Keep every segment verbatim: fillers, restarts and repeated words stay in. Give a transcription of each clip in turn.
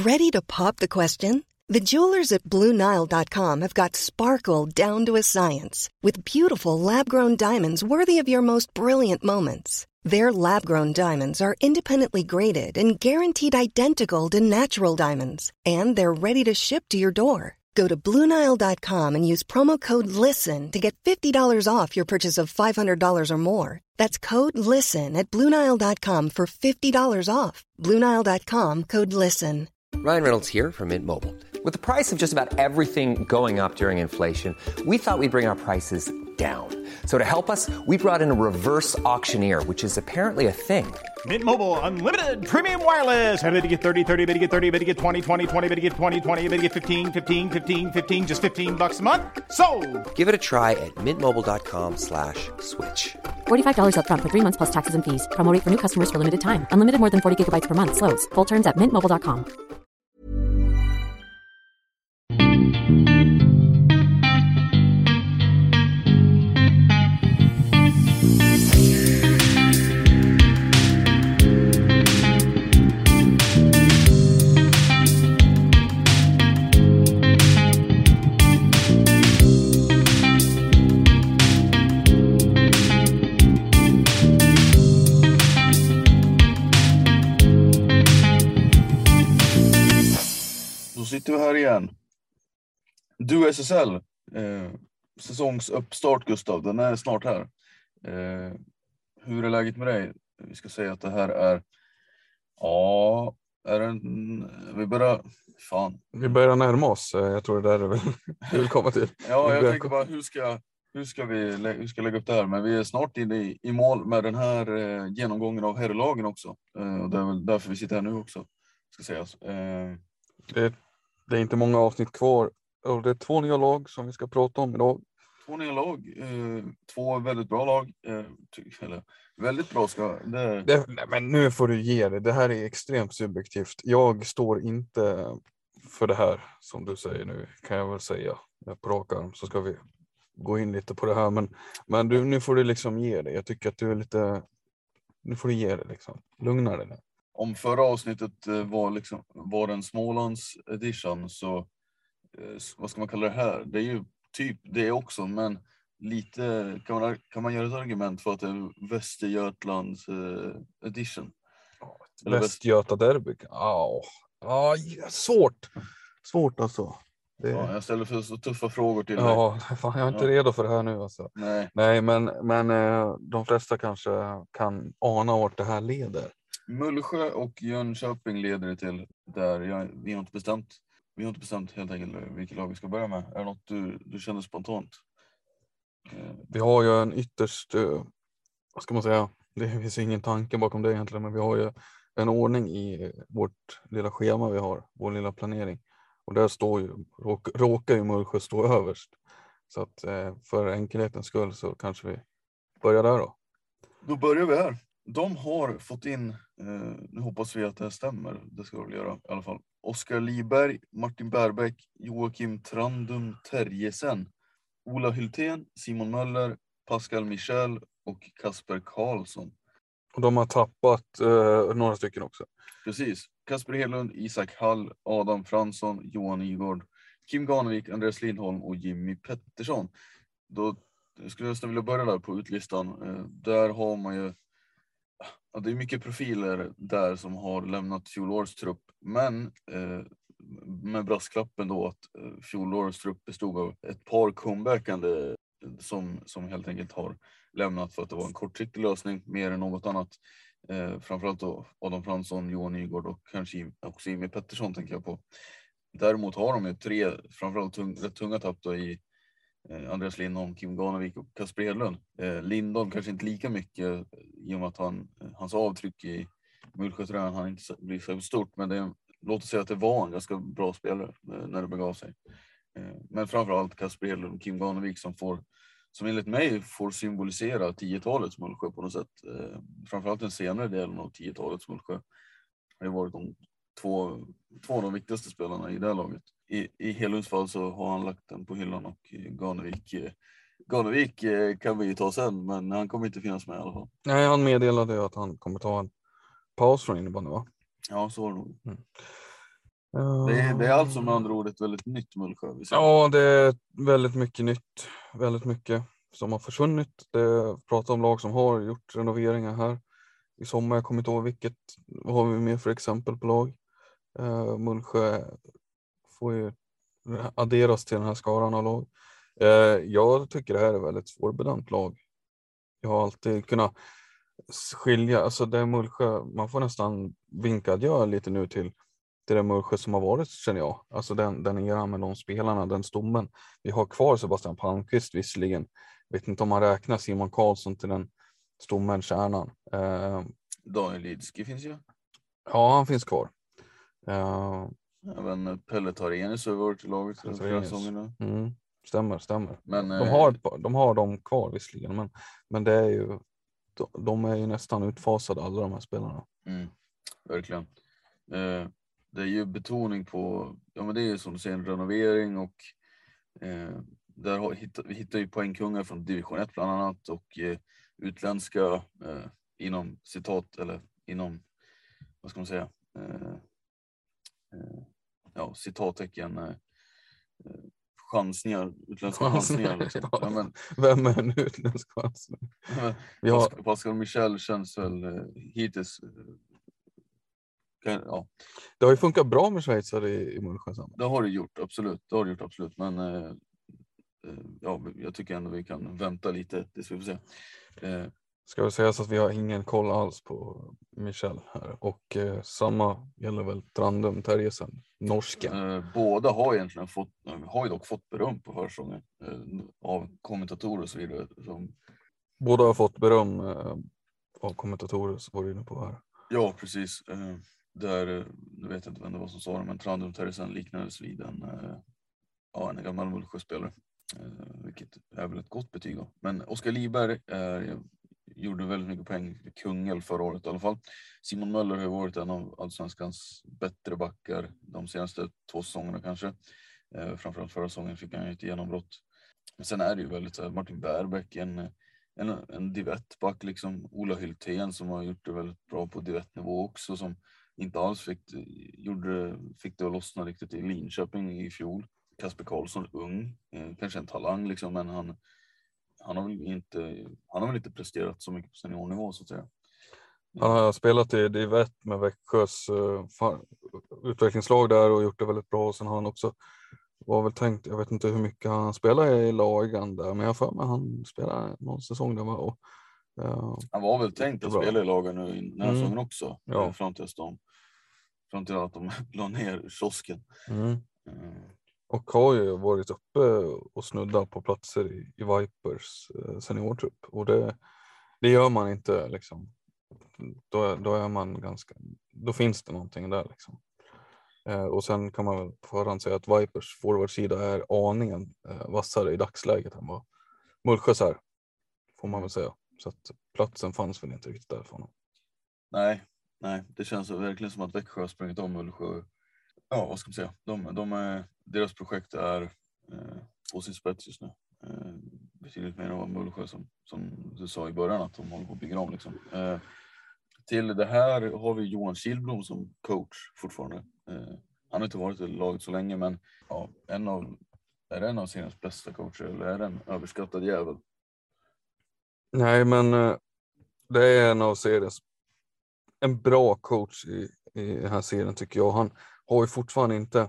Ready to pop the question? The jewelers at Blue Nile dot com have got sparkle down to a science with beautiful lab-grown diamonds worthy of your most brilliant moments. Their lab-grown diamonds are independently graded and guaranteed identical to natural diamonds, and they're ready to ship to your door. Go to Blue Nile dot com and use promo code LISTEN to get fifty dollars off your purchase of five hundred dollars or more. That's code LISTEN at Blue Nile dot com for fifty dollars off. Blue Nile dot com, code LISTEN. Ryan Reynolds here from Mint Mobile. With the price of just about everything going up during inflation, we thought we'd bring our prices down. So to help us, we brought in a reverse auctioneer, which is apparently a thing. Mint Mobile Unlimited Premium Wireless. How to get thirty, thirty, how to get thirty, how to get twenty, twenty, twenty, how to get twenty, twenty, how to get fifteen, fifteen, fifteen, fifteen, just fifteen bucks a month? Sold! Give it a try at mintmobile.com slash switch. forty-five dollars up front for three months plus taxes and fees. Promo rate for new customers for limited time. Unlimited more than forty gigabytes per month. Slows full terms at mint mobile dot com. Sitter vi här igen. Du S S L, eh, säsongsuppstart Gustav, den är snart här. Eh, hur är läget med dig? Vi ska säga att det här är, ja, är en, vi börjar, fan. Vi börjar närma oss, jag tror det där är väl du vill komma till. Ja, jag tänker bara, hur ska, hur ska vi hur ska lägga upp det här? Men vi är snart inne i, i mål med den här eh, genomgången av herrlagen också. Eh, och det är väl därför vi sitter här nu också, ska sägas. Eh, det Det är inte många avsnitt kvar. Och det är två nya lag som vi ska prata om idag. Två nya lag. Eh, två väldigt bra lag. Eh, eller, väldigt bra ska det... det... Nej, men nu får du ge det. Det här är extremt subjektivt. Jag står inte för det här som du säger nu. Kan jag väl säga. På rak arm så ska vi gå in lite på det här. Men, men du, nu får du liksom ge det. Jag tycker att du är lite... Nu får du ge det liksom. Lugna dig. Om förra avsnittet var, liksom, var en Smålands edition så vad ska man kalla det här? Det är ju typ det också, men lite kan man, kan man göra ett argument för att det är Västergötlands edition? Västgöta-derby? Ja, ja, svårt. Svårt alltså. Det... Ja, jag ställer för så tuffa frågor till ja, dig. Fan, jag är inte ja. redo för det här nu alltså. Nej, Nej men, men de flesta kanske kan ana vart det här leder. Mullsjö och Jönköping leder det till där. Jag, vi har inte bestämt. Vi har inte bestämt helt enkelt vilket lag vi ska börja med. Är det något du, du känner spontant? Vi har ju en ytterst, vad ska man säga, det finns ingen tanke bakom det egentligen, men vi har ju en ordning i vårt lilla schema vi har, vår lilla planering. Och där står ju, råk, råkar ju Mullsjö stå överst. Så att för enkelhetens skull så kanske vi börjar där då. Då börjar vi här. De har fått in, eh, nu hoppas vi att det här stämmer, det ska vi göra i alla fall. Oskar Liberg, Martin Bärbäck, Joakim Trandum Terjesen, Ola Hyltén, Simon Möller, Pascal Michel och Kasper Karlsson. Och de har tappat eh, några stycken också. Precis. Kasper Hedlund, Isak Hall, Adam Fransson, Johan Nygård, Kim Ganevik, Andreas Lindholm och Jimmy Pettersson. Då skulle jag nästan vilja börja där på utlistan. Eh, där har man ju Ja, det är mycket profiler där som har lämnat fjolårets trupp. Men eh, med brasklappen då att eh, fjolårets trupp bestod av ett par comebackande som, som helt enkelt har lämnat för att det var en kortsiktig lösning mer än något annat. Eh, framförallt då Adam Fransson, Johan Nygård och kanske också Jimmy Pettersson tänker jag på. Däremot har de ju tre framförallt tung, rätt tunga tapp då i Eh, Andreas Lindholm, Kim Ganevik och Kasper Hedlund. Eh, Lindholm kanske inte lika mycket i och med att han, hans avtryck i Mullsjöträn han inte blir så stort, men det, låt oss säga att det var en ganska bra spelare eh, när det begav sig. Eh, men framförallt Kasper Hedlund och Kim Ganevik som får, som enligt mig får symbolisera tiotalets Mullsjö på något sätt. Eh, framförallt den senare delen av tiotalets Mullsjö har ju varit de två, två av de viktigaste spelarna i det här laget. I, i Hedlunds fall så har han lagt den på hyllan och Ganevik, Ganevik kan vi ju ta sen, men han kommer inte finnas med i alla fall. Nej, han meddelade att han kommer ta en paus från innebandy, va? Ja, så var det nog. Mm. Det är, det är alltså med andra ord ett väldigt nytt Mullsjö. Vi ser. Ja, det är väldigt mycket nytt. Väldigt mycket som har försvunnit. Det pratar om lag som har gjort renoveringar här i sommar. Jag kommer inte ihåg vilket. Vad har vi mer för exempel på lag? Uh, Mullsjö får ju adderas till den här skaran av lag. Uh, jag tycker det här är väldigt svårbedömt lag. Jag har alltid kunnat skilja, alltså det är Mullsjö, man får nästan vinka adjö lite nu till det där Mullsjö som har varit, känner jag. Alltså den, den eran med de spelarna, den stommen. Vi har kvar Sebastian Palmqvist visserligen. Vet inte om man räknar Simon Karlsson till den stommen, kärnan. Uh, Daniel Lidski finns ju. Ja, han finns kvar. Uh, Även Pelle Tarenius har varit i laget för flera säsonger nu. Mm, stämmer, stämmer. Men, de, har, de har dem kvar visserligen, men, men det är ju, de, de är ju nästan utfasade, alla de här spelarna. Mm, verkligen. Eh, det är ju betoning på, ja men det är ju som du säger en renovering och eh, där har, hittar, vi hittar ju poängkungar från division ett bland annat och eh, utländska eh, inom citat eller inom, vad ska man säga, eh, eh, ja citattecken eh, chansningar, utländska chansningar. Liksom. Ja, men, vem är en utländsk chansning? Vi har... Pascal, Pascal Michel känns väl eh, hittills kan, ja. Det har ju funkat bra med schweizare i, i Mullsjö. Det har det gjort, absolut. Det har det gjort, absolut. Men eh, ja, jag tycker ändå vi kan vänta lite. Det ska vi se. Eh, Ska vi säga så att vi har ingen koll alls på Michel här. Och eh, samma gäller väl Trandum Terjesen, norsken. Eh, båda har egentligen fått, har ju dock fått beröm på försäsongen eh, av kommentatorer och så vidare. Som... Båda har fått beröm eh, av kommentatorer, så var det inne på här. Ja, precis. Eh, där, nu vet jag inte vem det var som sa det, men Trandum Terjesen liknades vid en, eh, ja, en gammal Mullsjöspelare. Eh, vilket är väl ett gott betyg. Då. Men Oskar Liberg eh, gjorde väldigt mycket poäng i Kungälv förra året i alla fall. Simon Möller har varit en av allsvenskans bättre backar de senaste två säsongerna kanske. Eh, framförallt förra säsongen fick han ju ett genombrott. Men sen är det ju väldigt så här, Martin Bärbäck, en, en, en divettback liksom. Ola Hyltén som har gjort det väldigt bra på divettnivå också, som inte alls fick, gjorde, fick det att lossna riktigt i Linköping i fjol. Kasper Karlsson, ung, eh, kanske en talang liksom, men han Han har, väl inte, han har väl inte presterat så mycket på seniornivå så att säga. Han har spelat i Divett med Växjös uh, fan, utvecklingslag där och gjort det väldigt bra. Och sen har han också var väl tänkt, jag vet inte hur mycket han spelar i lagen där, men jag för mig han spelar någon säsong där. Och, uh, han var väl tänkt att spela i lagen nu i den här säsongen mm. också. Ja. Fram till, de, fram till att de la ner kiosken. Mm. Uh. Och har ju varit uppe och snuddat på platser i, i Vipers eh, seniortrupp. Och det, det gör man inte liksom. Då, då är man ganska, då finns det någonting där liksom. Eh, och sen kan man väl på förhand säga att Vipers forwardsida är aningen eh, vassare i dagsläget än vad Mullsjös är. Får man väl säga. Så att platsen fanns väl inte riktigt där för honom. Nej, nej, det känns verkligen som att Växjö har sprungit om Mullsjö. Ja, vad ska man säga? De, de är, deras projekt är eh, på sin spets just nu. Eh, betydligt mer än vad Mullsjö som, som du sa i början att de håller på att bygga om. Liksom. Eh, till det här har vi Johan Kihlblom som coach fortfarande. Eh, han har inte varit i laget så länge, men ja, en av, är det en av seriens bästa coacher eller är det en överskattad jävel? Nej, men eh, det är en av seriens en bra coach i, i den här serien tycker jag. Han har ju fortfarande inte,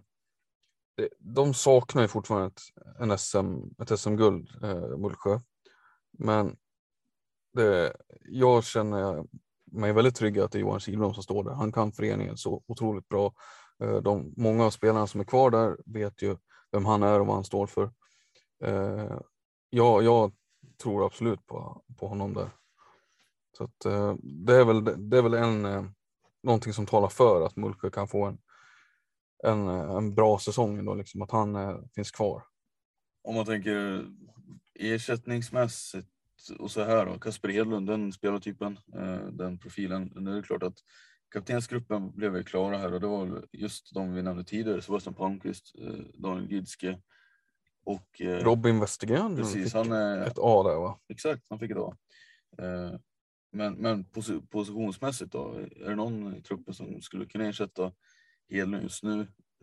de saknar ju fortfarande ett, en S M, ett S M-guld, eh, Mullsjö. Men det, jag känner mig väldigt trygg att det är Johan Kihlblom som står där. Han kan föreningen så otroligt bra. Eh, de, många av spelarna som är kvar där vet ju vem han är och vad han står för. Eh, ja, jag tror absolut på, på honom där. Så att, eh, det är väl, det är väl en, eh, någonting som talar för att Mullsjö kan få en En, en bra säsong ändå, liksom, att han eh, finns kvar. Om man tänker ersättningsmässigt och så här då, Kasper Hedlund, den spelartypen, eh, den profilen, det är klart att kaptensgruppen blev ju klara här och det var just de vi nämnde tidigare, Sebastian Palmqvist, eh, Daniel Gidske och eh, Robin Westergren. Precis, han är ett A där va? Exakt, han fick ett A. Eh, men, men pos- positionsmässigt då, är det någon i truppen som skulle kunna ersätta Hedlund just nu?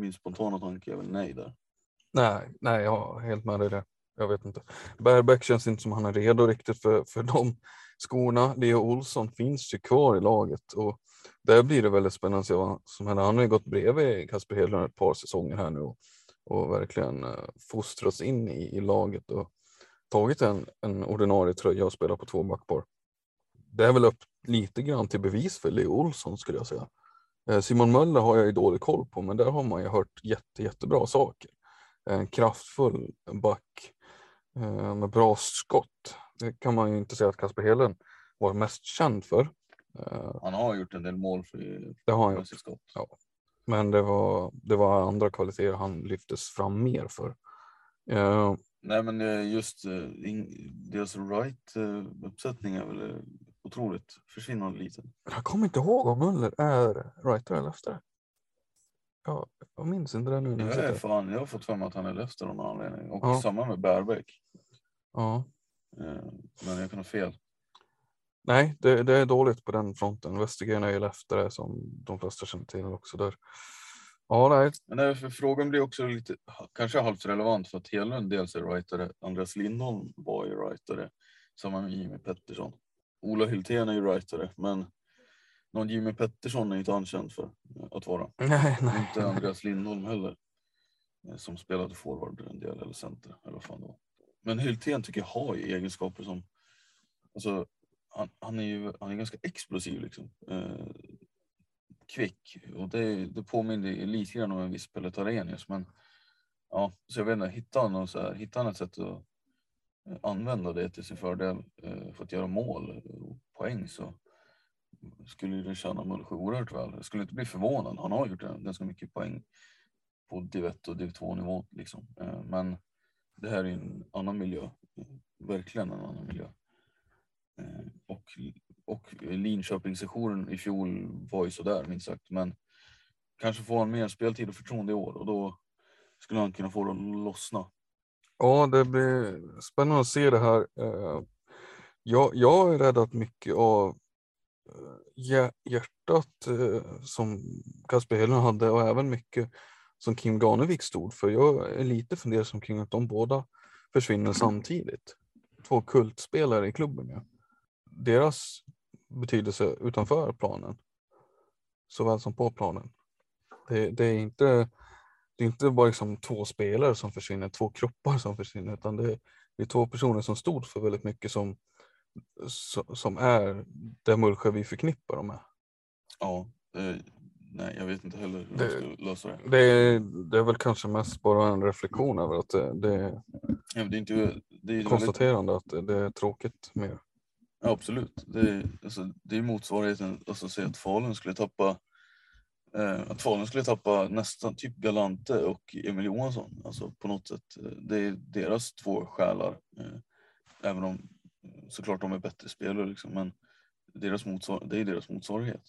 min spontana tanke är väl nej där. Nej, nej, jag har helt med dig där. Jag vet inte. Bergbäck känns inte som han är redo riktigt för, för de skorna. Leo Olsson finns ju kvar i laget och där blir det väldigt spännande att se vad som händer. Han har ju gått bredvid Kasper Hedlund ett par säsonger här nu och, och verkligen uh, fostrats in i, i laget och tagit en, en ordinarie tröja och spelat på två backpar. Det är väl upp lite grann till bevis för Leo Olsson skulle jag säga. Uh, Simon Möller har jag ju dålig koll på, men där har man ju hört jätte, jättebra saker. En kraftfull back uh, med bra skott. Det kan man ju inte säga att Kasper Hedlund var mest känd för. Uh, han har gjort en del mål för det har han gjort. Skott. Ja. Men det var, det var andra kvaliteter han lyftes fram mer för. Uh, Nej, men just uh, in, deras right uh, uppsättning är väl uh, otroligt försvinnande liten. Jag kommer inte ihåg om Möller är rightare eller leftare. Ja, jag minns inte det nu. När jag, jag, är fan, jag har fått för mig att han är leftare av någon anledning. Och ja. samma med Bergbäck. Ja. Uh, men jag kan ha fel. Nej, det, det är dåligt på den fronten. Westergren är ju leftare som de flesta känner till också där. Ja, nej. Men nej, för frågan blir också lite, kanske halvt relevant för att Hedlund dels är rightare. Andreas Lindholm var ju rightare. Samma med Jimmy Pettersson. Ola Hyltén är ju rightare, men någon Jimmy Pettersson är inte ankänd för att vara. Nej, nej. Inte Andreas Lindholm heller. Som spelade forward en del eller center eller vad fan det var. Men Hyltén tycker jag har ju egenskaper som, alltså han, han är ju han är ganska explosiv liksom. Eh, kvick. Och det, det påminner lite grann om en viss Pelle Arrhenius. Men ja, så jag vet inte, hittar han, så här, hittar han ett sätt att använda det till sin fördel eh, för att göra mål och poäng, så skulle det tjäna Mullsjö oerhört väl. Jag skulle inte bli förvånad. Han har gjort ganska mycket poäng på div ett och div två nivå liksom. Eh, men det här är en annan miljö. Verkligen en annan miljö. Eh, och Och Linköping-sessionen i fjol var ju sådär, minst sagt. Men kanske får han mer speltid och förtroende i år. Och då skulle han kunna få det att lossna. Ja, det blir spännande att se det här. Jag, jag är rädd att mycket av hjärtat som Kasper Hedlund hade och även mycket som Kim Ganevik stod för. Jag är lite fundersam kring att de båda försvinner samtidigt. Två kultspelare i klubben. Ja. Deras betydelse utanför planen såväl som på planen. Det, det är inte det är inte bara liksom två spelare som försvinner, två kroppar som försvinner, utan det är, det är två personer som stod för väldigt mycket som som är det Mullsjö vi förknippar dem med. Ja, eh, nej jag vet inte heller hur det, de ska lösa det. Det är, det är väl kanske mest bara en reflektion över att det, det, ja, det är inte det är konstaterande väldigt... att det är tråkigt med. Ja, absolut. Det är, alltså, det är motsvarigheten, alltså att säga att Falun skulle tappa eh, att Falun skulle tappa nästan typ Galante och Emil Johansson. Alltså på något sätt. Det är deras två själar. Eh, även om såklart de är bättre spelare liksom, men deras motsvar- det är deras motsvarighet.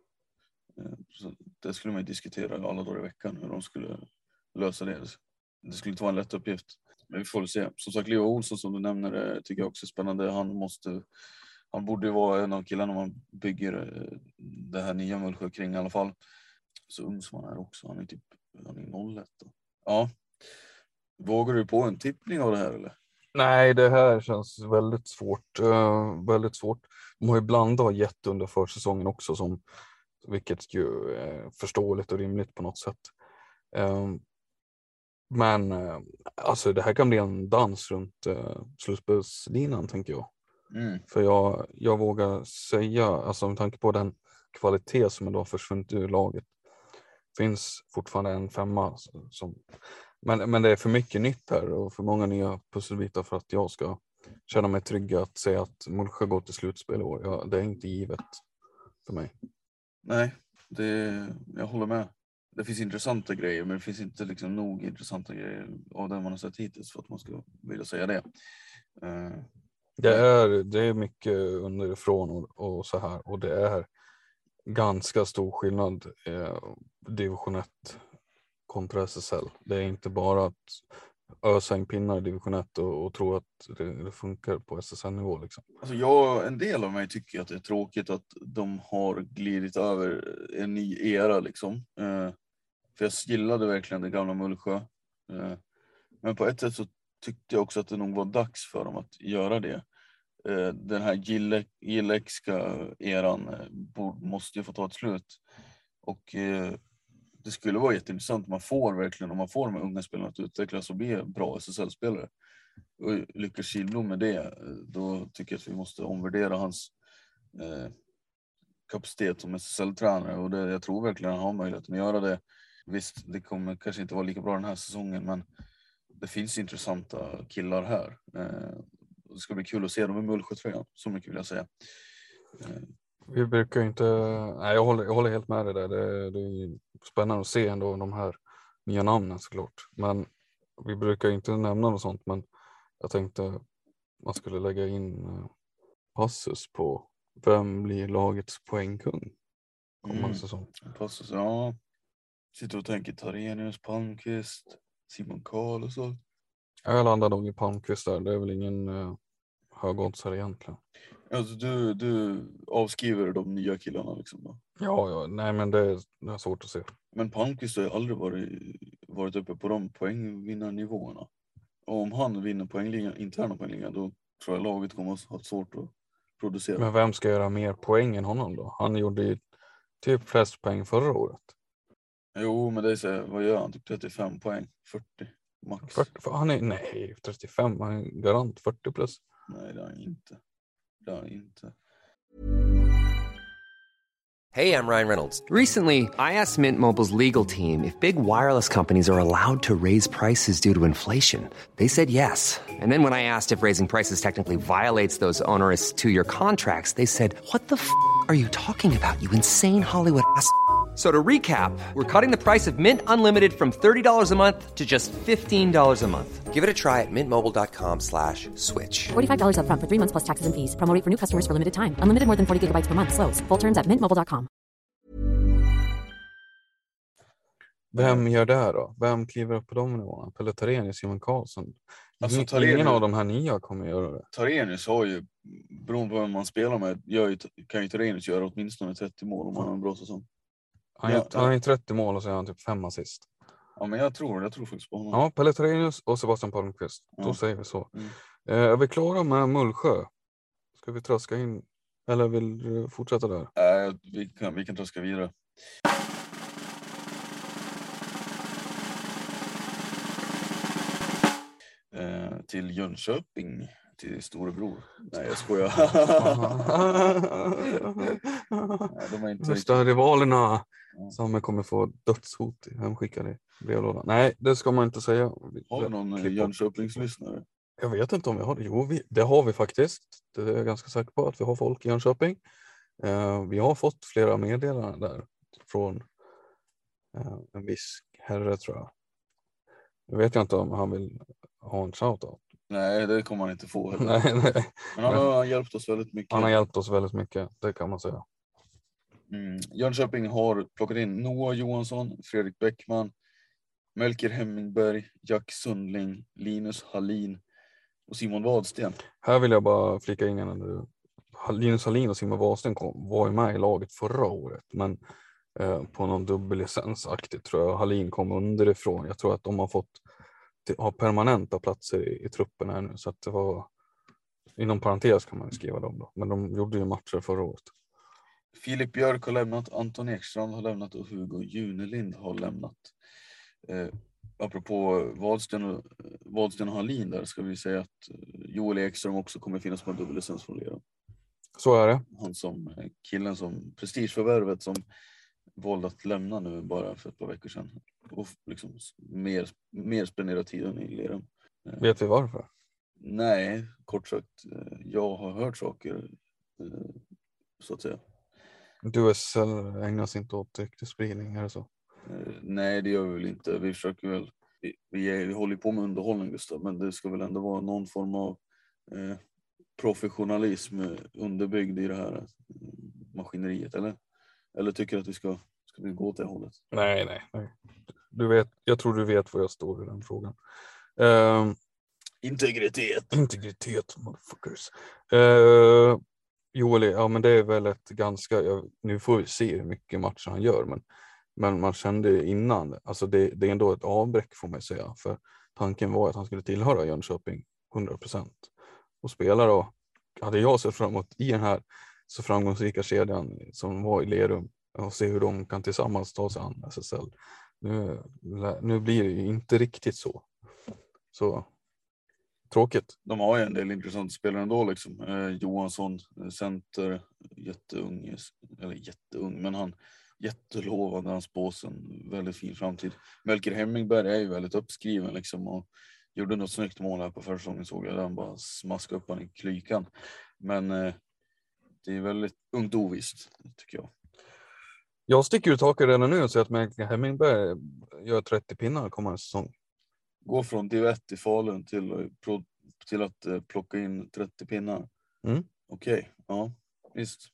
Eh, så det skulle man ju diskutera alla dagar i veckan hur de skulle lösa det. Det skulle inte vara en lätt uppgift. Men vi får väl se. Som sagt, Leo Olsson som du nämner tycker jag också är spännande. Han måste Han borde ju vara en av killarna man bygger det här nya Mullsjö kring i alla fall. Så ung som han är också. Han är typ han är noll ett då. Ja. Vågar du på en tippning av det här eller? Nej, det här känns väldigt svårt. Uh, väldigt svårt. De har ju blandat och gett under försäsongen också, som, vilket ju är förståeligt och rimligt på något sätt. Uh, men uh, alltså det här kan bli en dans runt uh, slutspelslinan, tänker jag. Mm. För jag, jag vågar säga, alltså med tanke på den kvalitet som ändå har försvunnit ur laget, finns fortfarande en femma som, men, men det är för mycket nytt här och för många nya pusselbitar för att jag ska känna mig trygg att säga att Mullsjö går till slutspel i år. Ja, det är inte givet för mig. Nej, det, jag håller med. Det finns intressanta grejer, men det finns inte liksom nog intressanta grejer av det man har sett hittills för att man ska vilja säga det. Uh, det, är, det är mycket underifrån och, och så här, och det är ganska stor skillnad eh, division ett kontra S S L. Det är inte bara att ösa in pinnar i division ett och, och tro att det, det funkar på S S L-nivå. Liksom. Alltså jag, en del av mig tycker att det är tråkigt att de har glidit över en ny era. Liksom. Eh, För jag gillade verkligen det gamla Mullsjö. Eh, men på ett sätt så tyckte jag också att det nog var dags för dem att göra det. Eh, den här Gille, Gillekska eran eh, borde, måste ju få ta ett slut. Och eh, det skulle vara jätteintressant om man får verkligen, om man får de här unga spelarna att utvecklas och bli bra S S L-spelare. Och lyckas Kihlblom med det, då tycker jag att vi måste omvärdera hans eh, kapacitet som S S L-tränare. Och det, jag tror verkligen han har möjlighet att göra det. Visst, det kommer kanske inte vara lika bra den här säsongen, men det finns intressanta killar här. Eh, det ska bli kul att se dem i Mullsjötröjan, så mycket vill jag säga. Eh. Vi brukar inte, nej jag håller, jag håller helt med dig där. Det, det är spännande att se ändå de här nya namnen såklart. Men vi brukar inte nämna något sånt, men jag tänkte man skulle lägga in passus på vem blir lagets poängkung kommande Mm. säsong. Passus, ja. Sitter och tänker Tarenius, Palmqvist, Simon Karl och så. Jag landar nog i Palmqvist där. Det är väl ingen uh, högoddsare egentligen. Alltså du, du avskriver de nya killarna liksom då? Ja, ja, nej men det är, det är svårt att se. Men Palmqvist har ju aldrig varit, varit uppe på de poängvinnarnivåerna. Och om han vinner poängligan, interna poängligan, då tror jag laget kommer att ha svårt att producera. Men vem ska göra mer poäng än honom då? Han gjorde ju typ flest poäng förra året. Jo, men det är så här, vad gör han? Typ trettiofem poäng, fyrtio max. fyrtio, för han är, nej, trettiofem, han är garant fyrtio plus. Nej, det är han inte. Det är han inte. Hey, I'm Ryan Reynolds. Recently, I asked Mint Mobile's legal team if big wireless companies are allowed to raise prices due to inflation. They said yes. And then when I asked if raising prices technically violates those onerous two-year contracts, they said, "What the f*** are you talking about, you insane Hollywood ass?" So to recap, we're cutting the price of Mint Unlimited from thirty dollars a month to just fifteen dollars a month. Give it a try at mintmobile.com slash switch. forty-five dollars up front for three months plus taxes and fees. Promo rate for new customers for limited time. Unlimited more than forty gigabytes per month. Slows full terms at mint mobile dot com. Vem gör det här då? Vem kliver upp på de nivåerna? Pelle Tarenius, Simon Karlsson. Alltså, Ingen, Tarenius- ingen av de här nya kommer göra det. Tarenius har ju, beroende på vem man spelar med, gör ju, kan ju Tarenius göra åtminstone trettio mål om han har en bra säsong. Han Ja, har ja, trettio mål och så är han typ fem assist. Ja, men jag tror, jag tror faktiskt på honom. Ja, Pelle Tarenius och Sebastian Palmqvist. Då Ja. säger vi så. Mm. Eh, är vi klara med Mullsjö? Ska vi traska in? Eller vill du fortsätta där? Äh, vi kan, vi kan traska vidare. Eh, till Jönköping, till storebror. Nej, jag skojar. Nej, de är inte Värsta rivalerna Ja. som kommer få dödshot hemskickade i brevlådan. Nej, det ska man inte säga. Har vi någon Klipp bort. Jönköpingslyssnare? Jag vet inte om vi har det. Jo, vi, det har vi faktiskt. Det är jag ganska säker på att vi har folk i Jönköping. Eh, vi har fått flera meddelanden där från eh, en viss herre tror jag. Jag vet inte om han vill ha en shoutout. Nej, det kommer han inte få heller. Nej, nej. Men han har hjälpt oss väldigt mycket. Han har hjälpt oss väldigt mycket, det kan man säga. Mm. Jönköping har plockat in Noah Johansson, Fredrik Bäckman, Melker Hemmingberg, Jack Sundling, Linus Hallin och Simon Wadsten. Här vill jag bara flika in innan du. Linus Hallin och Simon Wadsten kom, var ju med i laget förra året, men eh, på någon dubbellicensaktigt tror jag. Hallin kom underifrån. Jag tror att de har fått ha permanenta platser i, i truppen här nu, så att det var inom parentes kan man skriva dem då. Men de gjorde ju matcher förra året. Filip Björk har lämnat, Anton Ekstrand har lämnat och Hugo Junelind har lämnat. Eh, apropå Wadsten och, Wadsten och Hallin där ska vi säga att Joel Ekström också kommer finnas på en dubbellicens från Lerum. Så är det. Han som killen som prestigeförvärvet som valde att lämna nu bara för ett par veckor sedan. Och liksom mer, mer spendera tiden i Lerum. Eh, Vet vi varför? nej, kort sagt, eh, jag har hört saker eh, så att säga. Du S L ägnar sig inte åt ryktesspridning, är det så? Eh, nej, det gör vi väl inte. Vi försöker väl, vi, vi, är, vi håller på med underhållning just då, men det ska väl ändå vara någon form av eh, professionalism underbyggd i det här eh, maskineriet, eller? Eller tycker att vi ska, ska vi gå åt det hållet? Nej, nej, nej. Du vet, jag tror du vet var jag står i den frågan. Uh, Integritet. integritet, motherfuckers. Uh, Joel, ja men det är väl ett ganska, ja, nu får vi se hur mycket matcher han gör, men Men man kände ju innan, alltså det, det är ändå ett avbräck får man säga. För tanken var att han skulle tillhöra Jönköping hundra procent. Och spela då, hade jag sett fram emot i den här så framgångsrika kedjan som var i Lerum. Och se hur de kan tillsammans ta sig an S S L. Nu, nu blir det ju inte riktigt så. Så tråkigt. De har ju en del intressanta spelare ändå liksom. Eh, Johansson, center, jätteung, eller jätteung, men han jättelovande, han spås en väldigt fin framtid. Melker Hemmingberg är ju väldigt uppskriven liksom och gjorde något snyggt mål här på försäsongen, såg jag den bara smaska upp han i klykan. Men eh, det är väldigt ungt ovisst tycker jag. Jag sticker ut taket redan nu och säger att Melker Hemmingberg gör trettio pinnar kommande säsong. Gå från div ett i Falun till, till att uh, plocka in trettio pinnar. Mm. Okej, okay. Ja, visst.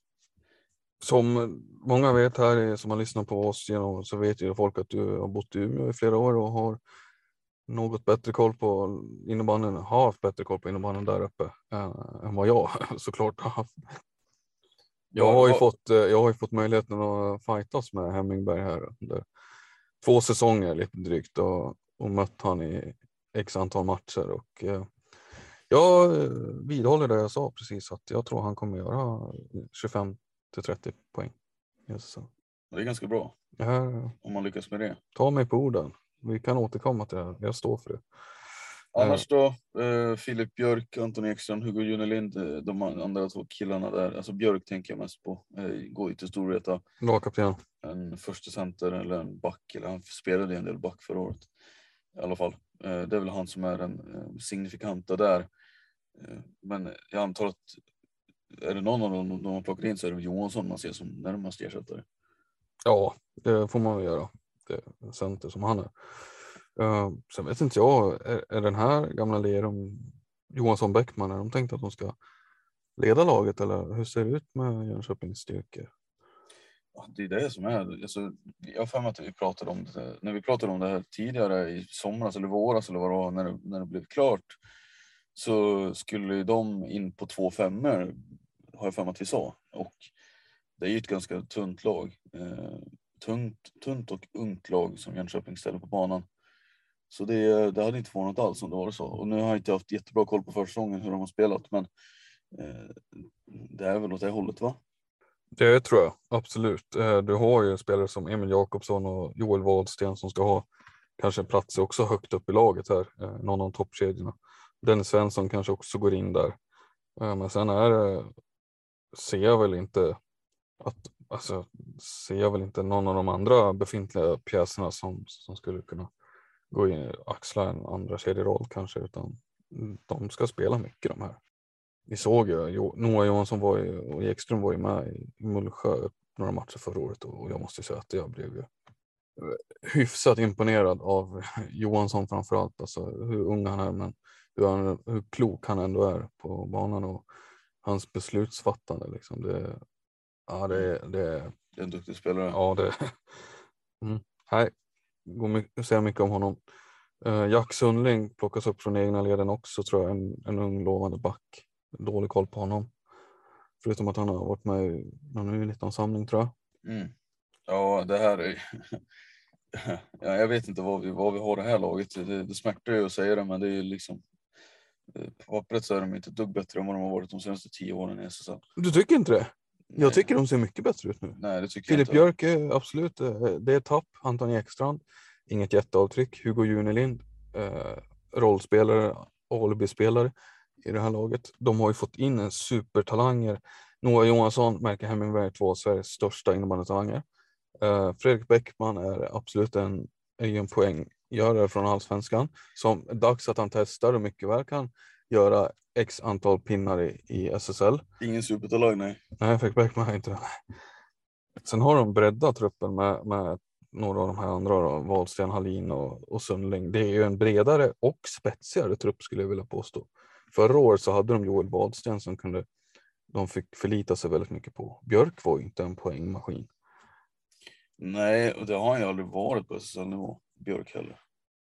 Som många vet här som har lyssnat på oss genom, så vet ju folk att du har bott i Umeå i flera år och har något bättre koll på innebandyn, har haft bättre koll på innebandyn där uppe äh, än vad jag såklart har haft. Jag har ju, fått, jag har ju fått möjligheten att fightas med Hemmingberg här under två säsonger lite drygt och, och mött han i x antal matcher och eh, jag vidhåller det jag sa precis att jag tror han kommer göra tjugofem till trettio poäng. Yes. Det är ganska bra här, om man lyckas med det. Ta mig på orden. Vi kan återkomma till det. Jag står för det. Annars då, eh, Filip Björk, Anton Ekström, Hugo Junelind, de andra två killarna där. Alltså Björk tänker jag mest på. Eh, går ju till Storvreta. Lagkapten. En första center eller en back. Eller han spelade en del back förra året. I alla fall. Eh, det är väl han som är den eh, signifikanta där. Eh, men jag antar att är det någon av dem de har plockat in så är det Johansson man ser som närmast ersättare. Ja, det får man väl göra. Det är center som han är. Uh, sen vet inte jag, är, är den här gamla Lerum Johansson Bäckman, är de tänkt att de ska leda laget eller hur ser det ut med Jönköpings styrkor? Ja, det är det som är, alltså, jag har för mig att vi pratade om det, när vi pratade om det här tidigare i somras eller våras eller vad det var, när det, när det blev klart så skulle de in på två femmor, har jag för mig att vi sa, och det är ju ett ganska tunt lag, eh, tunt, tunt och ungt lag som Jönköping ställer på banan. Så det, det hade inte förvånat alls om det var så. Och nu har jag inte haft jättebra koll på försäsongen hur de har spelat. Men eh, det är väl åt det hållet va? Det tror jag, absolut. Du har ju spelare som Emil Jakobsson och Joel Wadsten som ska ha kanske plats också högt upp i laget här. Någon av toppkedjorna. Dennis Svensson kanske också går in där. Men sen är det, ser jag väl inte att, alltså, ser jag väl inte någon av de andra befintliga pjäserna som, som skulle kunna gå in och axla en andra kedjeroll kanske, utan de ska spela mycket de här. Vi såg ju, Noah Johansson var ju, och Ekström var ju med i Mullsjö några matcher förra året och jag måste säga att jag blev ju hyfsat imponerad av Johansson framförallt, alltså hur ung han är men hur, han, hur klok han ändå är på banan och hans beslutsfattande liksom, det, ja det, det, det är en duktig spelare. Ja det, mm, hej. Går mycket, säga mycket om honom. Uh, Jack Sundling plockas upp från egna leden också tror jag. En, en ung lovande back. Dålig koll på honom. Förutom att han har varit med i någon U nitton-samling tror jag. Mm. Ja det här är... ja, jag vet inte vad vi, vad vi har det här laget. Det, det smärtar ju att säga det men det är liksom... På pappret så är de inte ett dugg bättre än vad de har varit de senaste tio åren i S S L. Du tycker inte det? Nej. Jag tycker de ser mycket bättre ut nu. Nej, det tycker Filip jag inte. Björk är absolut, det är tapp. Anton Ekstrand, inget jätteavtryck. Hugo Junelind, eh, rollspelare, Ålby-spelare i det här laget. De har ju fått in en supertalanger. Noah Johansson, Melker Hemmingberg, två av Sveriges största innebandytalanger. Eh, Fredrik Bäckman är absolut en, en poänggörare från Allsvenskan. Som är dags att han testar och mycket väl kan göra x antal pinnar i, i S S L. Ingen supertalang, nej. Nej, Fredrik Bäckman har inte det. Sen har de breddat truppen med, med några av de här andra då, Wadsten, Hallin och, och Sundling. Det är ju en bredare och spetsigare trupp skulle jag vilja påstå. Förra året så hade de Joel Wadsten som kunde, de fick förlita sig väldigt mycket på. Björk var ju inte en poängmaskin. Nej, och det har han ju aldrig varit på S S L-nivå, Björk heller.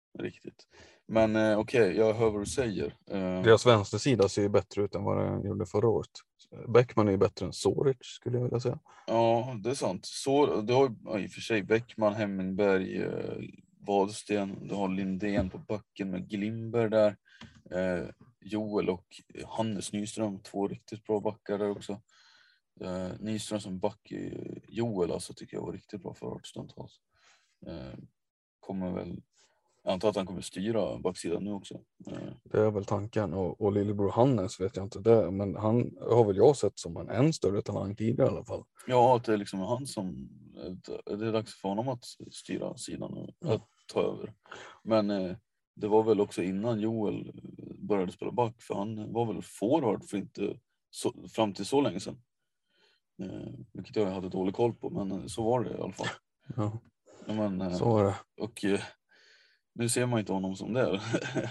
riktigt. Men eh, okej, okay, jag hör vad du säger. Eh, Deras vänstersida ser ju bättre ut än vad den gjorde förra året. Bäckman är ju bättre än Soric skulle jag vilja säga. Ja, det är sant. Så, det har ja, i och för sig Bäckman, Hemmingberg, eh, Wadsten. Du har Lindén på backen med Glimberg där. Eh, Joel och Hannes Nyström, två riktigt bra backar där också. Eh, Nyström som back i Joel alltså tycker jag var riktigt bra för stundtals. Eh, kommer väl, jag antar att han kommer styra backsidan nu också. Eh. Det är väl tanken. Och, och lillebror Hannes vet jag inte det. Men han har väl jag sett som en än större talang tidigare i alla fall. Ja, att det är liksom han som, det är dags för honom att styra sidan och Ja. att ta över. Men eh, det var väl också innan Joel började spela back, för han var väl forward för inte så, fram till så länge sedan. Eh, vilket jag hade dålig koll på, men så var det i alla fall. Ja, Ja, men, eh, så var det. och eh, nu ser man inte honom som det är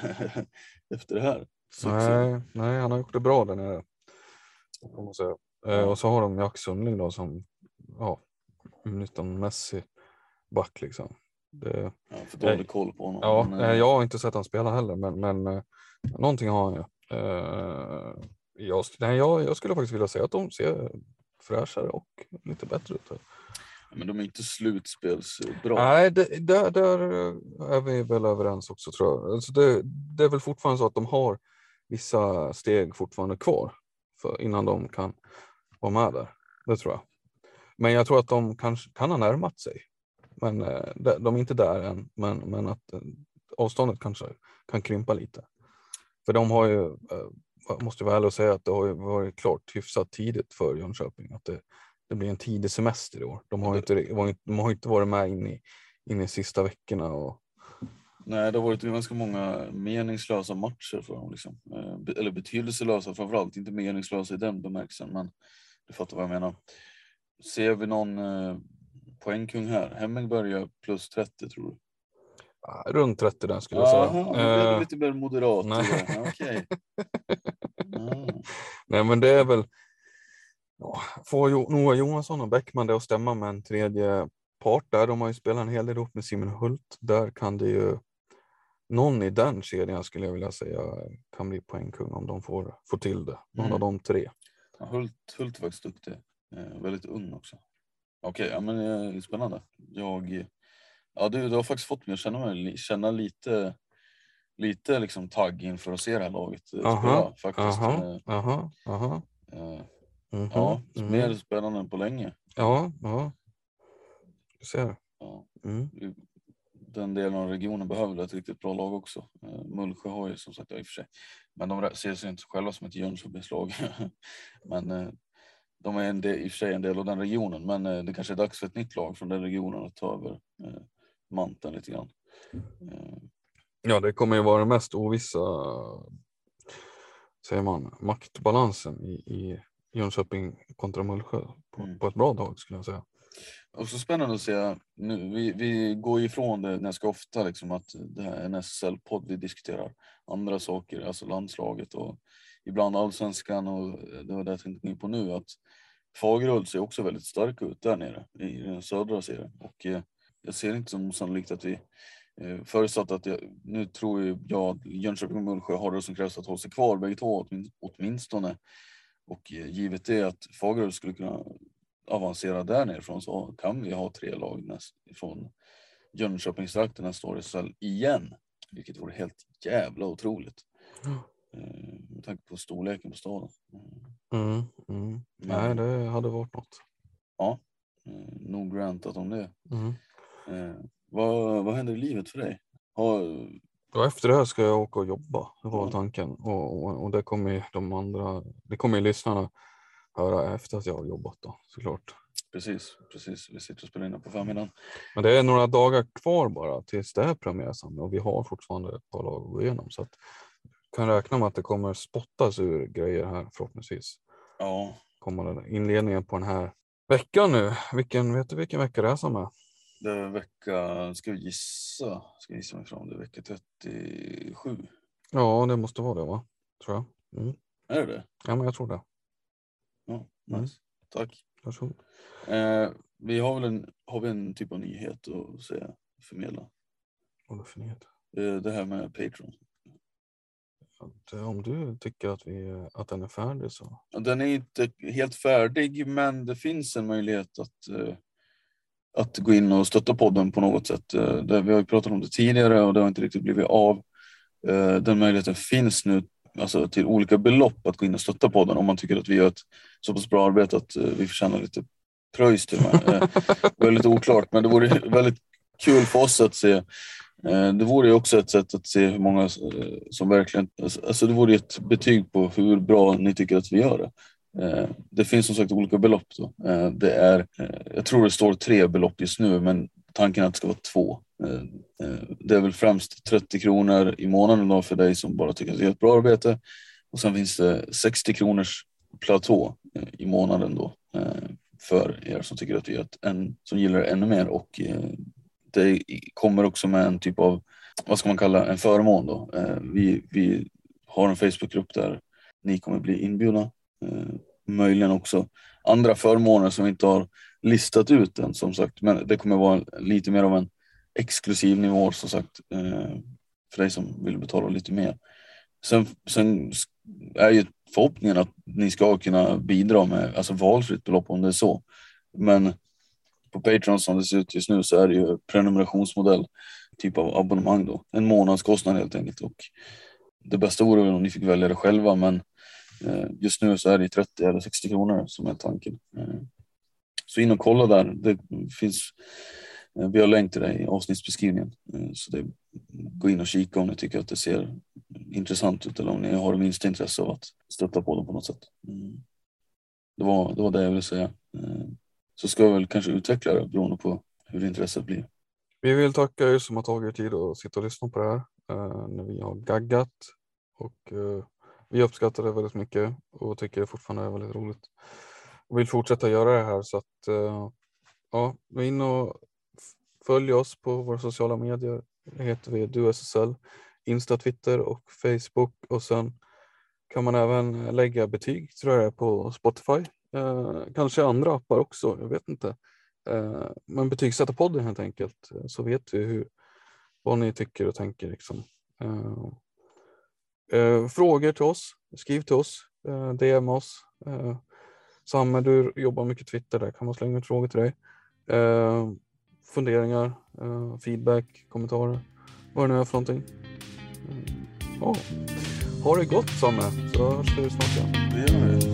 efter det här. Så, Nej, nej, han har gjort det bra där nere. Kan man säga. Eh, och så har de Jack Sundling då som ja, nitton-mässig back liksom. Det, ja, för dålig koll på honom. ja, men, eh, eh, jag har inte sett han spela heller, men, men eh, någonting har han ju. Eh, jag, nej, jag, jag skulle faktiskt vilja säga att de ser fräschare och lite bättre ut. men de är inte slutspelsbra. Nej, det, där, där är vi väl överens också tror jag. Alltså det, det är väl fortfarande så att de har vissa steg fortfarande kvar för innan de kan vara med där. Det tror jag. Men jag tror att de kanske kan ha närmat sig. Men eh, de, de är inte där än. Men, men att eh, avståndet kanske kan krympa lite. För de har ju, eh, måste vara ärlig och säga att det har ju varit klart hyfsat tidigt för Jönköping. Att det, det blir en tidig semester i år. De har, inte, de har inte varit med in i, in i sista veckorna. Och... Nej, det har varit ganska många meningslösa matcher för dem. Liksom. Eller betydelselösa framförallt. Inte meningslösa i den bemärkelsen, men du fattar vad jag menar. Ser vi någon eh, poängkung här? Hemmingberg plus trettio tror du? Ja, runt trettio där skulle jag säga. Aha, det är eh, lite mer moderat. nej. Okay. Ah. Nej, men det är väl ja, får Noah Johansson och Bäckman det att stämma med en tredje part där. De har ju spelat en hel del ihop med Simon Hult. Där kan det ju någon i den kedjan skulle jag vilja säga kan bli poängkung om de får, får till det. Någon Mm. av de tre. Ja, Hult, Hult är faktiskt duktig. Eh, väldigt ung också. Okej, okay, ja, men det är spännande. Jag, ja, du, du har faktiskt fått mig att känna, mig, känna lite, lite liksom tagg inför att se det här laget eh, Aha, spela. Faktiskt. Aha, aha, aha. Eh, Mm-hmm, ja, mm. mer spännande än på länge. Ja, ja. Du ser. Ja. Mm. Den delen av regionen behöver ett riktigt bra lag också. Eh, Mullsjö har ju som sagt, ja, i och för sig. Men de ser sig inte själva som ett Jönköpingslag. Men eh, de är en del, i och för sig en del av den regionen. Men eh, det kanske är dags för ett nytt lag från den regionen att ta över eh, manteln lite grann. Eh. Ja, det kommer ju vara den mest ovissa, säger man, maktbalansen i, i Jönköping kontra Mullsjö på, Mm. på ett bra dag skulle jag säga. Och så spännande att se, nu, vi, vi går ifrån det ganska ofta liksom att det här är en S L-podd, vi diskuterar andra saker, alltså landslaget och ibland allsvenskan, och det var det jag tänkte gå in på nu, att Fagerhult ser också väldigt stark ut där nere i den södra serien, och eh, jag ser inte som sannolikt att vi eh, förutsatt att jag, nu tror jag att Jönköping och Mullsjö har det som krävs att hålla sig kvar bägge två åtmin, åtminstone, och eh, givet det att Fagerhult skulle kunna avancera där nerifrån, så kan vi ha tre lag näst, från Jönköpingstrakten nästa år i S L igen, vilket vore helt jävla otroligt. Mm. Eh, med tanke på storleken på staden. Mm, mm. Men, Nej, det hade varit något. Ja, eh, nog grantat om det. Mm. Eh, vad, vad händer i livet för dig? Har, Och efter det här ska jag åka och jobba, det var Ja. tanken. Och, och, och det kommer ju de andra, det kommer ju lyssnarna höra efter att jag har jobbat då, såklart. precis, precis. Vi sitter och spelar in på förmiddagen. Men det är några dagar kvar bara tills det är premiärsamling och vi har fortfarande ett par lag att gå igenom, så att kan räkna med att det kommer spottas ur grejer här förhoppningsvis. Ja, Kommer den inledningen på den här veckan nu. Vilken, vet du vilken vecka det är som är? det är vecka, ska vi gissa, ska vi gissa mig fram, det är vecka trettiosju. Ja, det måste vara det, va? Tror jag. Mm. Är det det? Ja, men jag tror det. Ja, nice. Mm. Tack. Varsågod. Eh, vi har väl en, har vi en typ av nyhet att säga, förmedla. Vad är det för nyhet? det här med Patreon. Att, om du tycker att, vi, att den är färdig så... Den är inte helt färdig, men det finns en möjlighet att, att gå in och stötta podden på något sätt. Det, vi har ju pratat om det tidigare och det har inte riktigt blivit av. Den möjligheten finns nu, alltså till olika belopp, att gå in och stötta podden om man tycker att vi gör ett så pass bra arbete att vi förtjänar lite pröjs till och med. Väldigt oklart, men det vore väldigt kul för oss att se. Det vore ju också ett sätt att se hur många som verkligen, alltså det vore ett betyg på hur bra ni tycker att vi gör det. Det finns som sagt olika belopp då. Det är, jag tror det står tre belopp just nu, men tanken är att det ska vara två. Det är väl främst trettio kronor i månaden då för dig som bara tycker att det är ett bra arbete. Och sen finns det sextio kronors platå i månaden då för er som tycker att vi gör ett, en, som gillar det ännu mer. Och det kommer också med en typ av, vad ska man kalla, en förmån då. Vi, vi har en Facebookgrupp där ni kommer bli inbjudna. Möjligen också andra förmåner som vi inte har listat ut än, som sagt. Men det kommer vara lite mer av en exklusiv nivå, som sagt, för dig som vill betala lite mer. Sen, sen är ju förhoppningen att ni ska kunna bidra med, alltså valfritt belopp om det är så. Men på Patreon som det ser ut just nu så är det ju prenumerationsmodell, typ av abonnemang då. En månadskostnad helt enkelt. Och det bästa vore om ni fick välja det själva, men just nu så är det trettio eller sextio kronor som är tanken. Så in och kolla där. Det finns, vi har länk till det i avsnittsbeskrivningen. Så det, gå in och kika om ni tycker att det ser intressant ut eller om ni har det minsta intresse av att stötta på dem på något sätt. Det var det, var det jag ville säga. Så ska jag väl kanske utveckla det beroende på hur intresset blir. Vi vill tacka er som har tagit tid att sitta och lyssna på det här eh, när vi har gaggat. Och eh, vi uppskattar det väldigt mycket och tycker det fortfarande är väldigt roligt. Och vill fortsätta göra det här, så att eh, ja, gå in och följ oss på våra sociala medier. Det heter vi Du S S L, Insta, Twitter och Facebook. Och sen kan man även lägga betyg, tror jag, på Spotify. Eh, kanske andra appar också, jag vet inte. Eh, men betygsätta podden helt enkelt, så vet vi hur, vad ni tycker och tänker liksom. Eh, eh, frågor till oss, skriv till oss, eh, D M oss. Eh, Samme, du jobbar mycket Twitter, där kan man slänga ut frågor till dig. Eh, funderingar, eh, feedback, kommentarer, vad det nu är för någonting. Eh, ja. Ha det gott, Samme, så hörs vi snart igen. Det gör vi.